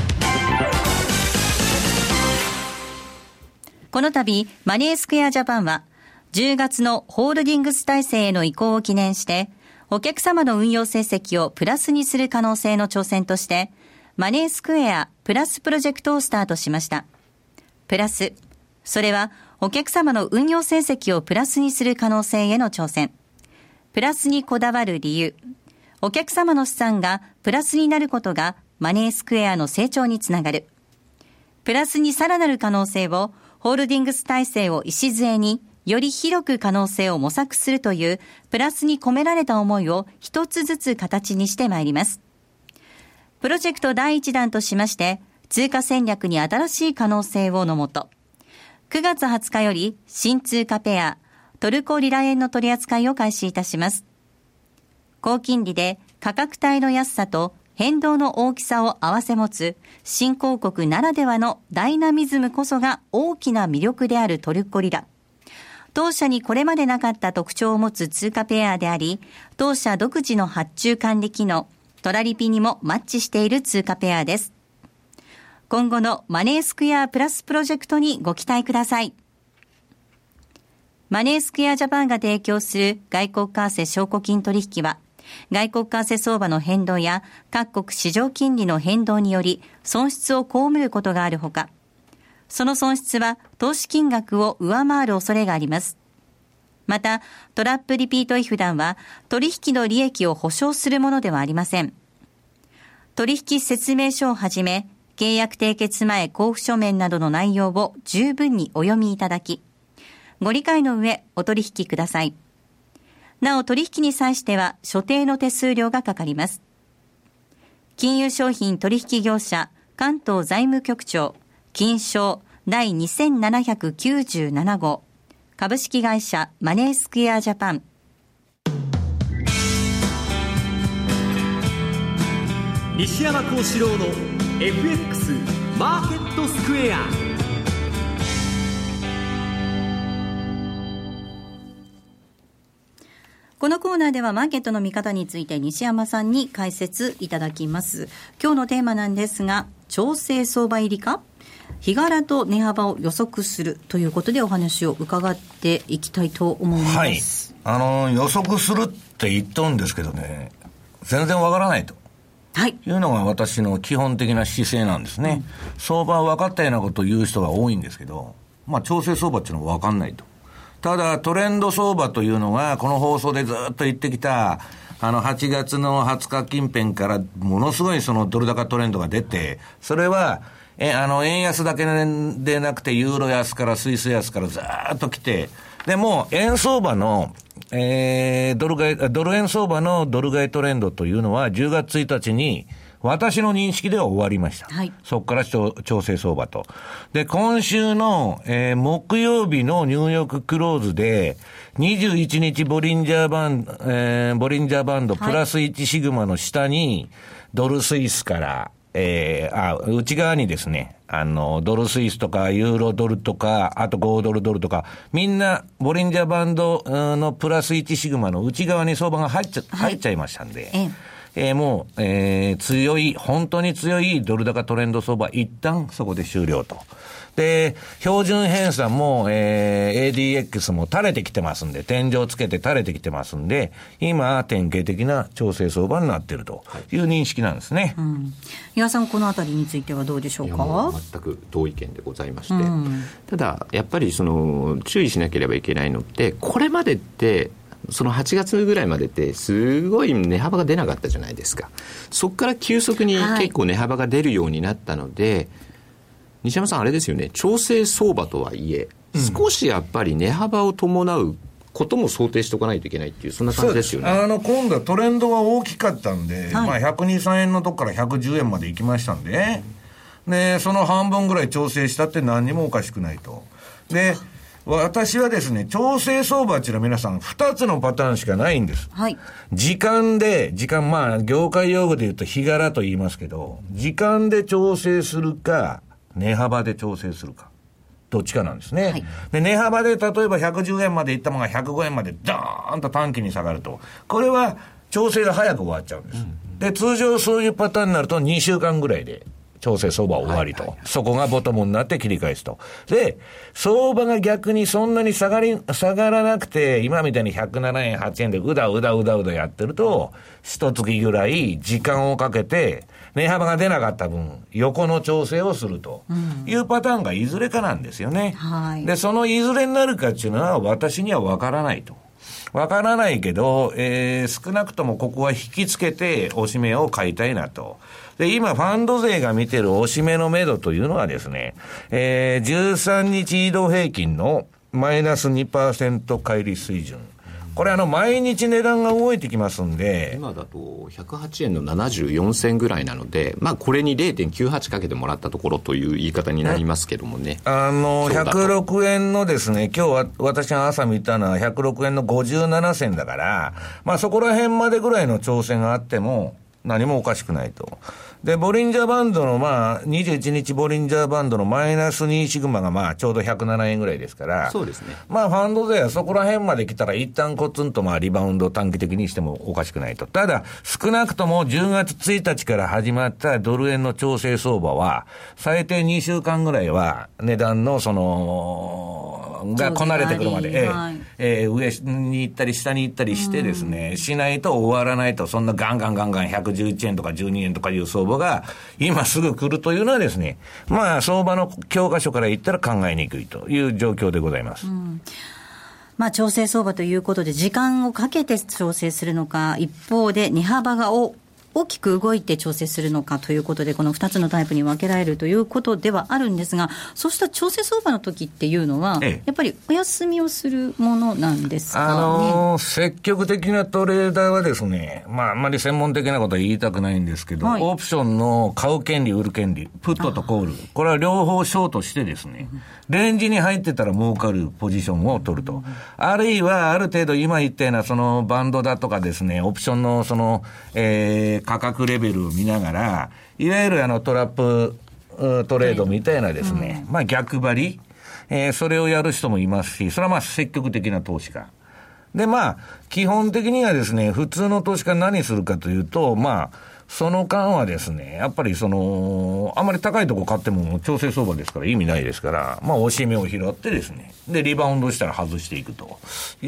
この度マネースクエアジャパンはじゅうがつのホールディングス体制への移行を記念して、お客様の運用成績をプラスにする可能性の挑戦として、マネースクエアプラスプロジェクトをスタートしました。プラス、それはお客様の運用成績をプラスにする可能性への挑戦。プラスにこだわる理由。お客様の資産がプラスになることがマネースクエアの成長につながる。プラスにさらなる可能性を、ホールディングス体制を礎により広く可能性を模索するというプラスに込められた思いを一つずつ形にしてまいります。プロジェクトだいいちだんとしまして、通貨戦略に新しい可能性をのもと、くがつはつかより新通貨ペア、トルコリラ円の取り扱いを開始いたします。高金利で価格帯の安さと変動の大きさを併せ持つ新興国ならではのダイナミズムこそが大きな魅力であるトルコリラ。当社にこれまでなかった特徴を持つ通貨ペアであり、当社独自の発注管理機能、トラリピにもマッチしている通貨ペアです。今後のマネースクエアプラスプロジェクトにご期待ください。マネースクエアジャパンが提供する外国為替証拠金取引は、外国為替相場の変動や各国市場金利の変動により損失を被ることがあるほか、その損失は投資金額を上回る恐れがあります。また、トラップリピートイフダンは取引の利益を保証するものではありません。取引説明書をはじめ、契約締結前交付書面などの内容を十分にお読みいただき、ご理解の上お取引ください。なお取引に際しては所定の手数料がかかります。金融商品取引業者関東財務局長金商だいにせんななひゃくきゅうじゅうなな号株式会社マネースクエアジャパン。 西山幸四郎の エフエックス マーケットスクエア。 このコーナーではマーケットの見方について西山さんに解説いただきます。今日のテーマなんですが、調整相場入りか、日柄と値幅を予測するということでお話を伺っていきたいと思います。 はい、あの予測するって言っとんですけどね、全然わからないと、はい、いうのが私の基本的な姿勢なんですね、うん、相場は分かったようなことを言う人が多いんですけど、まあ、調整相場っていうのは分かんないと。ただトレンド相場というのがこの放送でずっと言ってきたあのはちがつのはつか近辺からものすごいそのドル高トレンドが出て、それはえあの円安だけでなくてユーロ安からスイス安からずーっと来て、でもう円相場のえー、ドル買い、ドル円相場のドル買いトレンドというのはじゅうがつついたちに私の認識では終わりました。はい、そこから調整相場と。で、今週の、えー、木曜日のニューヨーククローズでにじゅういちにちボリンジャーバンド、えー、ボリンジャーバンドプラスいちシグマの下にドルスイスから、えー、あ、内側にですね、あの、ドルスイスとか、ユーロドルとか、あとごドルドルとか、みんな、ボリンジャーバンドのプラスいちシグマの内側に相場が入っちゃ、入っちゃいましたんで、はい、えー、もう、えー、強い、本当に強いドル高トレンド相場、一旦そこで終了と。で、標準偏差も、えー、エーディーエックス も垂れてきてますんで、天井つけて垂れてきてますんで、今、典型的な調整相場になっているという認識なんですね。 うん、岩さん、このあたりについてはどうでしょうか。 全く同意見でございまして、うん、ただ、やっぱりその注意しなければいけないのって、これまでって、そのはちがつぐらいまでってすごい値幅が出なかったじゃないですか。そこから急速に結構値幅が出るようになったので、はい、西山さんあれですよね、調整相場とはいえ、うん、少しやっぱり値幅を伴うことも想定しておかないといけないっていう、そんな感じですよね。 あの今度はトレンドが大きかったんで、はい、まあ、ひゃくにじゅうさんえんのとこからひゃくじゅうえんまで行きましたんで、うん、でその半分ぐらい調整したって何にもおかしくないと。で私はですね、調整相場っていうのは皆さんふたつのパターンしかないんです。はい。時間で、時間、まあ、業界用語で言うと日柄と言いますけど、時間で調整するか、値幅で調整するか。どっちかなんですね。はい、で、値幅で例えばひゃくじゅうえんまでいったものがひゃくごえんまでドーンと短期に下がると。これは調整が早く終わっちゃうんです。うんうん、で、通常そういうパターンになるとにしゅうかんぐらいで。調整相場終わりと、はいはいはい、そこがボトムになって切り返すと。で、相場が逆にそんなに下がり、下がらなくて、今みたいにひゃくななえん、はちえんでうだうだうだうだやってると、一月ぐらい時間をかけて、値幅が出なかった分、横の調整をするというパターンがいずれかなんですよね。うん、はい。で、そのいずれになるかっていうのは私にはわからないと。わからないけど、えー、少なくともここは引きつけて、おしめを買いたいなと。で、今、ファンド勢が見てるおしめの目処というのはですね、えー、じゅうさんにち移動平均のマイナス にパーセント 乖離水準。これあの、毎日値段が動いてきますんで。 今だとひゃくはちえんのななじゅうよんせんぐらいなので、まあこれに れいてんきゅうはち かけてもらったところという言い方になりますけどもね。 あの、ひゃくろくえんのですね、今日は私が朝見たのはひゃくろくえんのごじゅうななせんだから、まあそこら辺までぐらいの調整があっても何もおかしくないと。で、ボリンジャーバンドのまあ、にじゅういちにちボリンジャーバンドのマイナスにシグマがまあ、ちょうどひゃくななえんぐらいですから。 そうですね。 まあ、ファンド勢はそこら辺まで来たら一旦コツンとまあ、リバウンド短期的にしてもおかしくないと。ただ、少なくともじゅうがつついたちから始まったドル円の調整相場は、最低にしゅうかんぐらいは値段のその、がこなれてくるまで、えーえー、上に行ったり下に行ったりしてですね、しないと終わらないと、そんなガンガンガンガンひゃくじゅういちえんとかじゅうにえんとかいう相場が今すぐ来るというのはですね、まあ相場の教科書から言ったら考えにくいという状況でございます。うん、 まあ調整相場ということで時間をかけて調整するのか、一方で値幅が大大きく動いて調整するのかということで、このふたつのタイプに分けられるということではあるんですが、そうした調整相場の時っていうのは、ええ、やっぱりお休みをするものなんですかね。 あのー、積極的なトレーダーはですね、まああんまり専門的なことは言いたくないんですけど、はい、オプションの買う権利売る権利、プットとコール、これは両方ショートしてですね、レンジに入ってたら儲かるポジションを取ると、あるいはある程度今言ったようなそのバンドだとかですね、オプションのその、えーー、価格レベルを見ながら、いわゆるあのトラップトレードみたいなですね、うん、まあ逆張り、えー、それをやる人もいますし、それはまあ積極的な投資家。で、まあ、基本的にはですね、普通の投資家何するかというと、まあ、その間はですね、やっぱりその、あんまり高いとこ買っても調整相場ですから意味ないですから、まあ、押し目を拾ってですね、で、リバウンドしたら外していくという、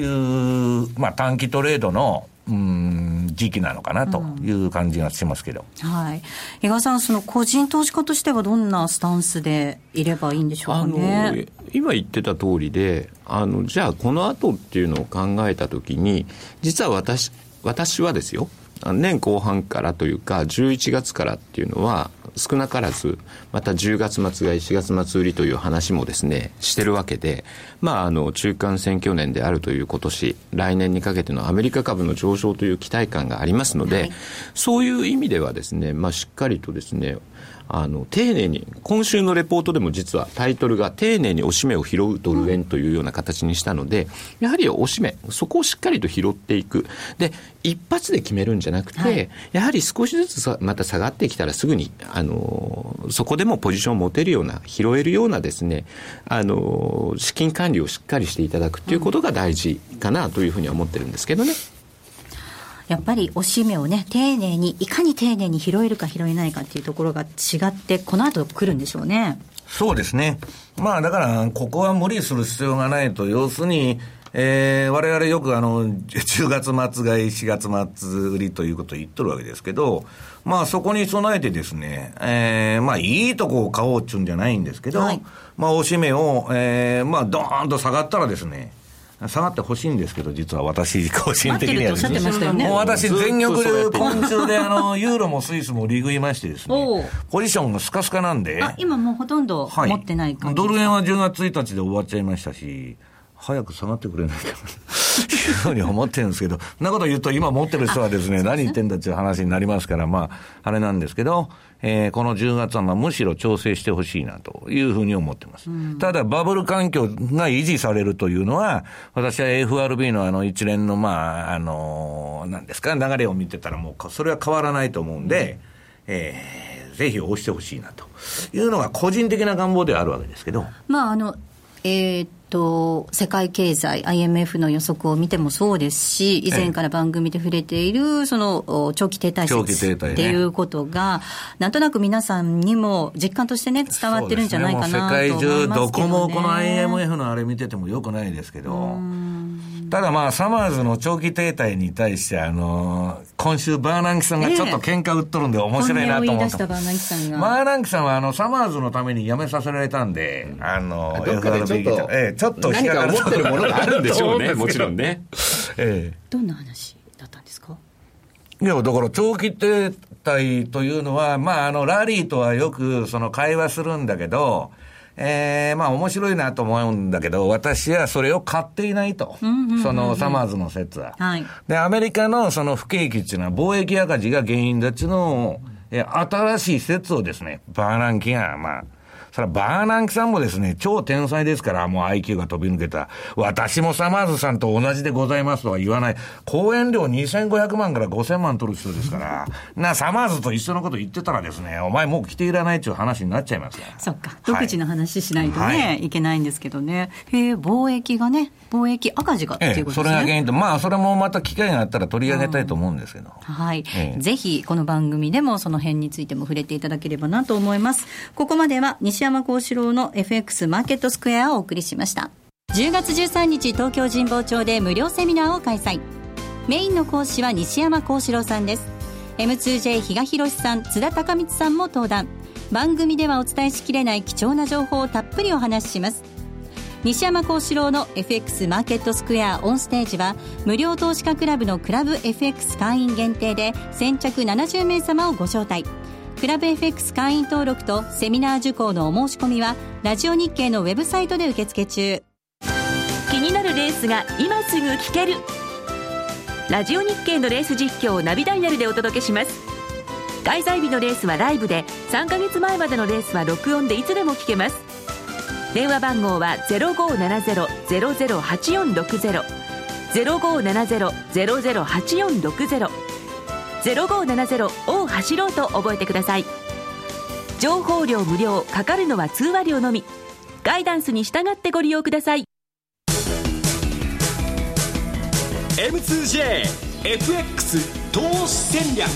まあ、短期トレードの、うーん、時期なのかなという感じがしますけど。 うん、はい。江川さん、その個人投資家としてはどんなスタンスでいればいいんでしょうかね。 あの今言ってた通りで、あの、じゃあこの後っていうのを考えたときに、実は私、私はですよ、年後半からというかじゅういちがつからっていうのは少なからずまたじゅうがつ末買いしがつ末売りという話もですねしてるわけで、まああの中間選挙年であるという今年来年にかけてのアメリカ株の上昇という期待感がありますので、はい、そういう意味ではですね、まあしっかりとですねあの丁寧に今週のレポートでも実はタイトルが丁寧に押し目を拾うドル円というような形にしたので、やはり押し目そこをしっかりと拾っていく。で一発で決めるんじゃなくて、はい、やはり少しずつまた下がってきたらすぐにあのそこでもポジションを持てるような拾えるようなですねあの資金管理をしっかりしていただくということが大事かなというふうには思ってるんですけどね。 やっぱり押し目をね丁寧にいかに丁寧に拾えるか拾えないかっていうところが違ってこの後来るんでしょうね。 そうですね。まあだからここは無理する必要がないと、要するに、えー、我々よくあのじゅうがつ末買いしがつ末売りということを言っとるわけですけど、まあそこに備えてですね、えー、まあいいとこを買おうっちゅうんじゃないんですけど、はい、まあ押し目を、えー、まあドーンと下がったらですね下がってほしいんですけど、実は私個人的にはですね、もう私全力で今週であのユーロもスイスも利食いましてですね、ポジションがスカスカなんで、 あ今もうほとんど持ってない感じ、 はい、ドル円はじゅうがつついたちで終わっちゃいましたし、早く下がってくれないかなというふうに思ってるんですけど、そんなこと言うと今持ってる人はですね、何言ってんだっていう話になりますから、まああれなんですけど、えー、このじゅうがつはまあむしろ調整してほしいなというふうに思ってます。ただバブル環境が維持されるというのは、私は エフアールビー のあの一連のまああの何ですか流れを見てたらもうそれは変わらないと思うんで、えー、ぜひ押してほしいなというのが個人的な願望ではあるわけですけど、 まああのえーと世界経済 アイエムエフ の予測を見てもそうですし、以前から番組で触れているその長期停滞説っていうことがなんとなく皆さんにも実感としてね伝わってるんじゃないかなと思いますけどね。 世界中どこもこの アイエムエフ のあれ見ててもよくないですけど、ただまあサマーズの長期停滞に対してあの今週バーナンキさんがちょっと喧嘩売っとるんで面白いなと思って、ええ、バーナンキさんがバーナンキさんはあのサマーズのために辞めさせられたんで、あのどっかでちょっと、ええ、ちょっと何か思ってるものがあるんでしょうねもちろんね、 ええ、どんな話だったんですか。 いやだから長期停滞というのはまああのラリーとはよくその会話するんだけど、えー、まあ面白いなと思うんだけど、私はそれを買っていないと、うんうんうんうん、そのサマーズの説は、はい、でアメリカのその不景気っていうのは貿易赤字が原因だっていうのを、え新しい説をですねバーナンキがまあそれはバーナンキさんもですね超天才ですから、もう アイキュー が飛び抜けた、私もサマーズさんと同じでございますとは言わない、講演料にせんごひゃくまんからごせんまん取る人ですからな、サマーズと一緒のこと言ってたらですね、お前もう来ていらないっていう話になっちゃいますから。 そっか、独自の話しないとね、はい、いけないんですけどね。へえ、貿易がね、貿易赤字がっていうことですね。 ええ、それが原因と、まあそれもまた機会があったら取り上げたいと思うんですけど、 はい、ええ、ぜひこの番組でもその辺についても触れていただければなと思います。ここまでは西山幸四郎のエフエックス マーケットスクエアをお送りしました。じゅうがつじゅうさんにち東京神保町で無料セミナーを開催。メインの講師は西山幸四郎さんです。 エムツージェー 比嘉宏さん、津田孝光さんも登壇。番組ではお伝えしきれない貴重な情報をたっぷりお話しします。西山幸四郎の エフエックス マーケットスクエアオンステージは無料投資家クラブのクラブ エフエックス 会員限定で先着ななじゅうめいさまをご招待。クラブ エフエックス 会員登録とセミナー受講のお申し込みはラジオ日経のウェブサイトで受付中。 気になるレースが今すぐ聞ける。ラジオ日経のレース実況をナビダイヤルでお届けします。開催日のレースはライブで、さんかげつまえまでのレースは録音でいつでも聞けます。電話番号は ゼロごーななゼロ ゼロゼロはちよんろくゼロ ゼロごーななゼロ ゼロゼロはちよんろくゼロゼロごーななゼロを走ろうと覚えてください。情報料無料、かかるのは通話料のみ。ガイダンスに従ってご利用ください。 エムツージェーエフエックス 投資戦略。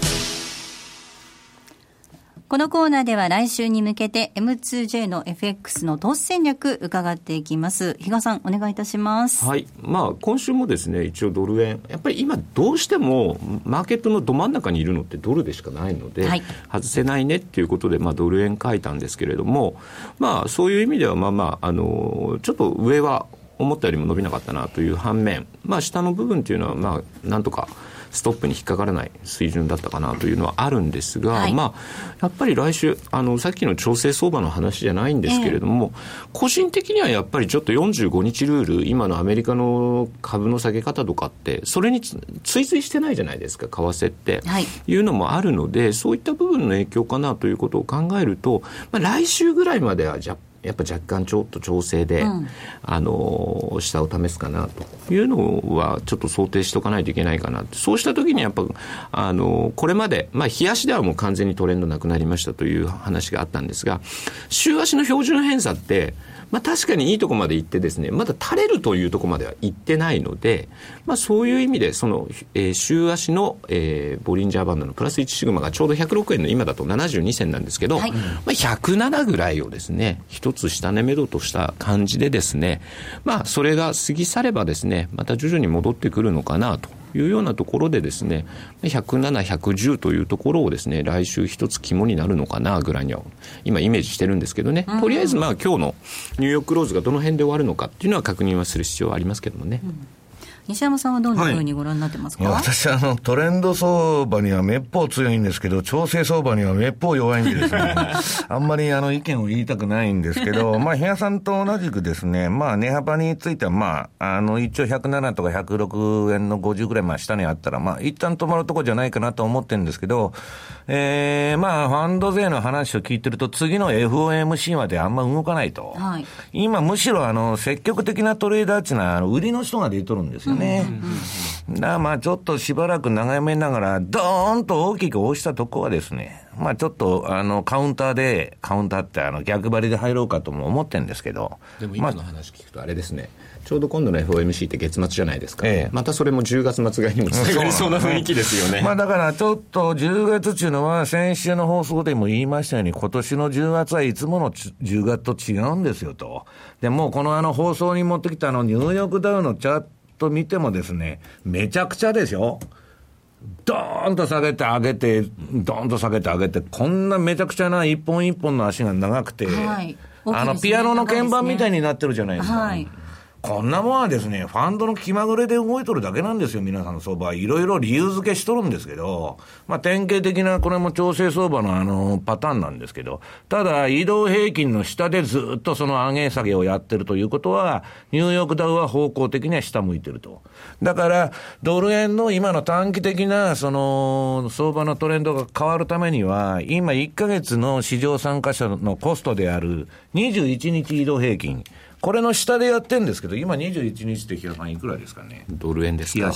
このコーナーでは来週に向けて エムツージェー の エフエックス の投資戦略伺っていきます。比嘉さんお願いいたします。 はい、まあ、今週もですね一応ドル円やっぱり今どうしてもマーケットのど真ん中にいるのってドルでしかないので、はい、外せないねっていうことで、まあ、ドル円書いたんですけれども、まあ、そういう意味ではまあまああのちょっと上は思ったよりも伸びなかったなという反面、まあ、下の部分というのはまあなんとかストップに引っかからない水準だったかなというのはあるんですが、はい、まあ、やっぱり来週あのさっきの調整相場の話じゃないんですけれども、えー、個人的にはやっぱりちょっとよんじゅうごにちルール今のアメリカの株の下げ方とかってそれに追随してないじゃないですか為替って、はい、いうのもあるのでそういった部分の影響かなということを考えると、まあ、来週ぐらいまではじゃやっぱ若干ちょっと調整で、うん、あの下を試すかなというのはちょっと想定しておかないといけないかな。そうした時にやっぱあのこれまで、まあ、日足ではもう完全にトレンドなくなりましたという話があったんですが、週足の標準偏差って、まあ、確かにいいとこまで行ってですねまだ垂れるというとこまでは行ってないので、まあ、そういう意味でその、えー、週足の、えー、ボリンジャーバンドのプラスいちシグマがちょうどひゃくろくえんの今だとななじゅうにせんなんですけど、はい、まあ、ひゃくななぐらいをですね一つ下値目処とした感じでですね、まあ、それが過ぎ去ればですねまた徐々に戻ってくるのかなというようなところでですねひゃくなな、ひゃくじゅうというところをですね来週一つ肝になるのかなぐらいには今イメージしてるんですけどね、うん、とりあえずまあ今日のニューヨーククローズがどの辺で終わるのかっていうのは確認はする必要はありますけどもね、うん、 西山さんはどんなふうにご覧になってますか？ はい、いや私あのトレンド相場にはめっぽう強いんですけど調整相場にはめっぽう弱いんでですねあんまりあの意見を言いたくないんですけどまあ比嘉さんと同じくですねまあ値幅についてはまああの一応ひゃくななとかひゃくろくえんのごじゅうぐらいまあ下にあったらまあ一旦止まるとこじゃないかなと思ってるんですけど、えー、まあファンド税の話を聞いてると次の エフオーエムシー まであんま動かないと、はい、今むしろあの積極的なトレーダーっていうのはあの売りの人が出とるんですよね、うんうんうん、だからまあちょっとしばらく眺めながらドーンと大きく押したとこはですねまあちょっとあのカウンターでカウンターってあの逆張りで入ろうかとも思ってるんですけど、 でも今の話聞くとあれですね、まあ、ちょうど今度の エフオーエムシー って月末じゃないですか、ええ、またそれもじゅうがつ末ぐらいにもつながりそうな雰囲気ですよね。 まあだからちょっとじゅうがつっていうのは先週の放送でも言いましたように今年のじゅうがつはいつものじゅうがつと違うんですよと。でもうこのあの放送に持ってきたあのニューヨークダウのチャート見てもですねめちゃくちゃですよ。ドーンと下げて上げてドーンと下げて上げてこんなめちゃくちゃな一本一本の足が長くて、はい、あのピアノの鍵盤みたいになってるじゃないですか、はい、こんなものはですねファンドの気まぐれで動いとるだけなんですよ。皆さんの相場いろいろ理由付けしとるんですけど、まあ典型的なこれも調整相場のあのパターンなんですけど、ただ移動平均の下でずっとその上げ下げをやってるということはニューヨークダウは方向的には下向いてると。だからドル円の今の短期的なその相場のトレンドが変わるためには今いっかげつの市場参加者のコストであるにじゅういちにち移動平均これの下でやってるんですけど今にじゅういちにちって比嘉さんいくらですかね。 ドル円ですか。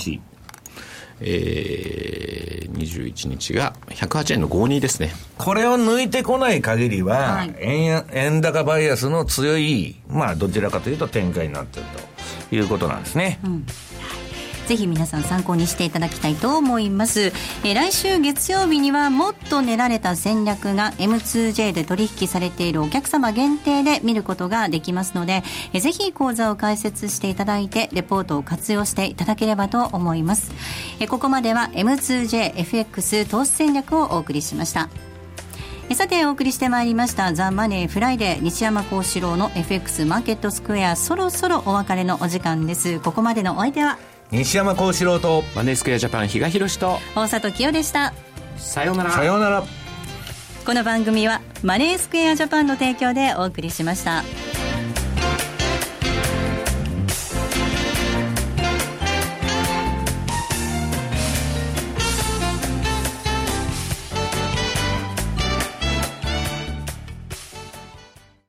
えー、にじゅういちにちがひゃくはちえんのごじゅうにですね。 これを抜いてこない限りは、はい、円, 円高バイアスの強いまあどちらかというと展開になっているということなんですね、うん、 ぜひ皆さん参考にしていただきたいと思います。えー、来週月曜日にはもっと練られた戦略が エムツージェー で取引されているお客様限定で見ることができますので、えー、ぜひ講座を開設していただいてレポートを活用していただければと思います。えー、ここまでは エムツージェーエフエックス 投資戦略をお送りしました。さてお送りしてまいりましたザ・マネーフライデー西山幸四郎の エフエックス マーケットスクエア、そろそろお別れのお時間です。ここまでのお相手は西山幸四郎とマネースクエアジャパン比嘉宏と大里清でした。 さようなら。 さようなら。 この番組はマネースクエアジャパンの提供でお送りしました。